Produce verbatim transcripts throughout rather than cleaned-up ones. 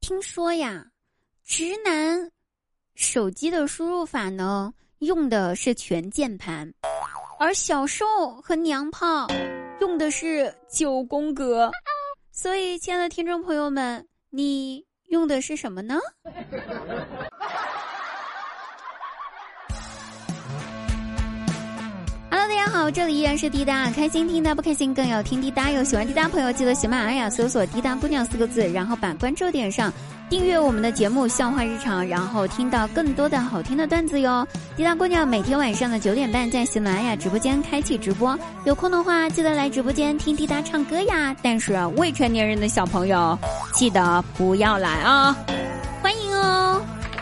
听说呀，直男手机的输入法呢，用的是全键盘，而小受和娘炮用的是九宫格。所以，亲爱的听众朋友们，你用的是什么呢？Hello， 大家好，这里依然是滴答，开心听答不开心更要听滴答。有喜欢滴答朋友，记得喜马拉雅搜索滴答姑娘四个字，然后把关注点上，订阅我们的节目笑话日常，然后听到更多的好听的段子哟。滴答姑娘每天晚上的九点半在喜马拉雅直播间开启直播，有空的话记得来直播间听滴答唱歌呀。但是未成年人的小朋友记得不要来啊，欢迎哦。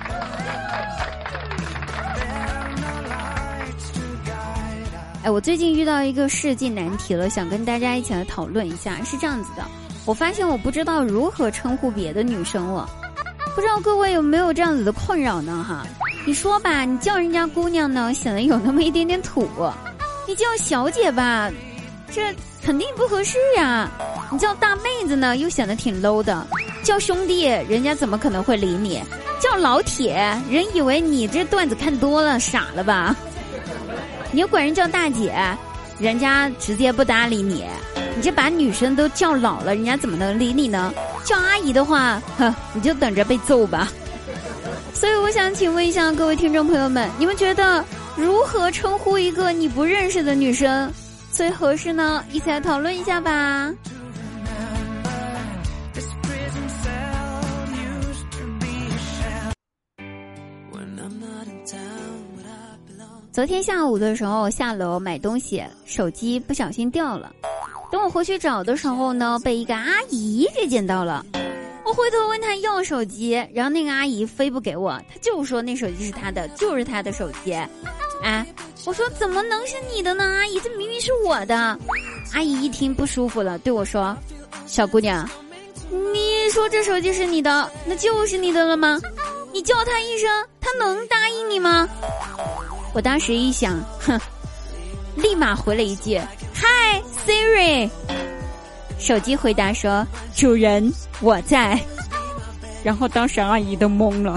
哎，我最近遇到一个世纪难题了，想跟大家一起来讨论一下。是这样子的，我发现我不知道如何称呼别的女生了，不知道各位有没有这样子的困扰呢？哈，你说吧，你叫人家姑娘呢，显得有那么一点点土；你叫小姐吧，这肯定不合适呀；你叫大妹子呢，又显得挺 low 的；叫兄弟，人家怎么可能会理你？叫老铁，人以为你这段子看多了，傻了吧？你又管人叫大姐，人家直接不搭理你。你这把女生都叫老了，人家怎么能理你呢？叫阿姨的话，呵，你就等着被揍吧。所以我想请问一下各位听众朋友们，你们觉得如何称呼一个你不认识的女生最合适呢？一起来讨论一下吧。昨天下午的时候下楼买东西，手机不小心掉了。等我回去找的时候呢，被一个阿姨给捡到了。我回头问她要手机，然后那个阿姨非不给我，她就说那手机是她的，就是她的手机。啊，我说怎么能是你的呢？阿姨，这明明是我的。阿姨一听不舒服了，对我说：“小姑娘，你说这手机是你的，那就是你的了吗？你叫她一声，她能答应你吗？”我当时一想，哼，立马回了一句 Hi Siri， 手机回答说主人我在。然后当时阿姨都懵了。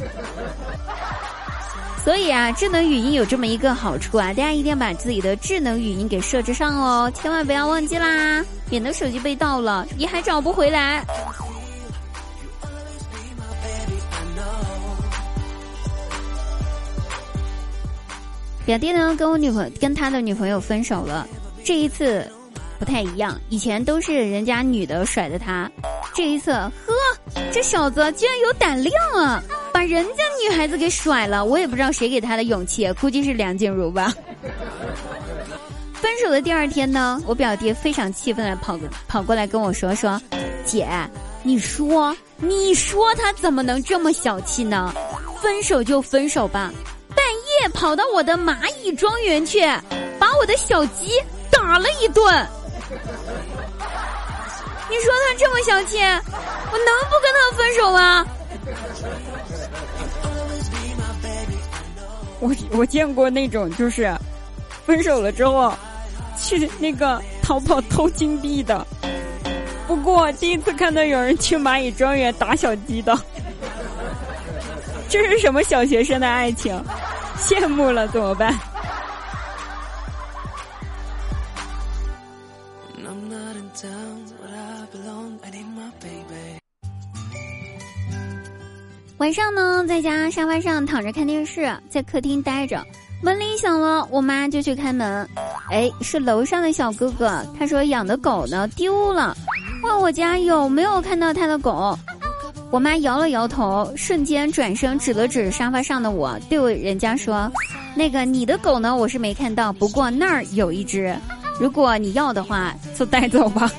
所以啊，智能语音有这么一个好处啊，大家一定要把自己的智能语音给设置上哦，千万不要忘记啦，免得手机被盗了你还找不回来。表弟呢跟我女朋友跟他的女朋友分手了，这一次不太一样，以前都是人家女的甩的他，这一次呵，这小子居然有胆量啊，把人家女孩子给甩了。我也不知道谁给他的勇气，估计是梁静茹吧。分手的第二天呢，我表弟非常气愤的跑跑过来跟我说说，姐，你说你说他怎么能这么小气呢？分手就分手吧，半夜跑到我的蚂蚁庄园去，把我的小鸡打了一顿。你说他这么小气，我能不跟他分手吗？ 我我见过那种就是分手了之后去那个淘宝偷金币的，不过第一次看到有人去蚂蚁庄园打小鸡的。这是什么小学生的爱情？羡慕了怎么办？ 晚上呢，在家沙发上躺着看电视，在客厅待着，门铃响了，我妈就去开门。哎，是楼上的小哥哥，他说养的狗呢丢了，问我家有没有看到他的狗。我妈摇了摇头，瞬间转身指了指沙发上的我，对我人家说，那个你的狗呢我是没看到，不过那儿有一只，如果你要的话就带走吧。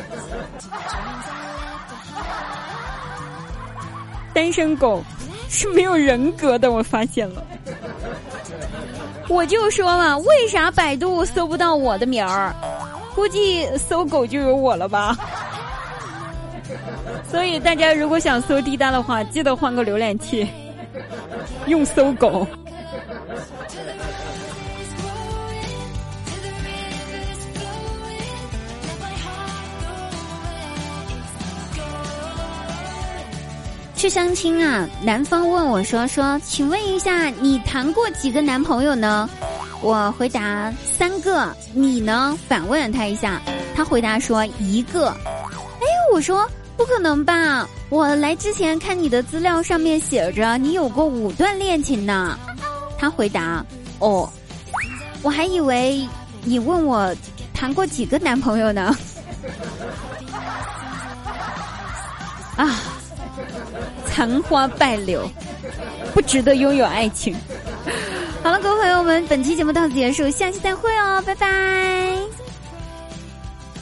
单身狗是没有人格的，我发现了。 我就说嘛，为啥百度搜不到我的名儿？ 估计搜狗就有我了吧。所以大家如果想搜滴答的话，记得换个浏览器，用搜狗。 去相亲啊，男方问我说说，请问一下，你谈过几个男朋友呢？我回答三个，你呢？反问他一下，他回答说一个。哎，我说不可能吧，我来之前看你的资料上面写着你有过五段恋情呢。他回答哦，我还以为你问我谈过几个男朋友呢。啊，残花败柳，不值得拥有爱情。好了，各位朋友们，本期节目到此结束，下期再会哦，拜拜。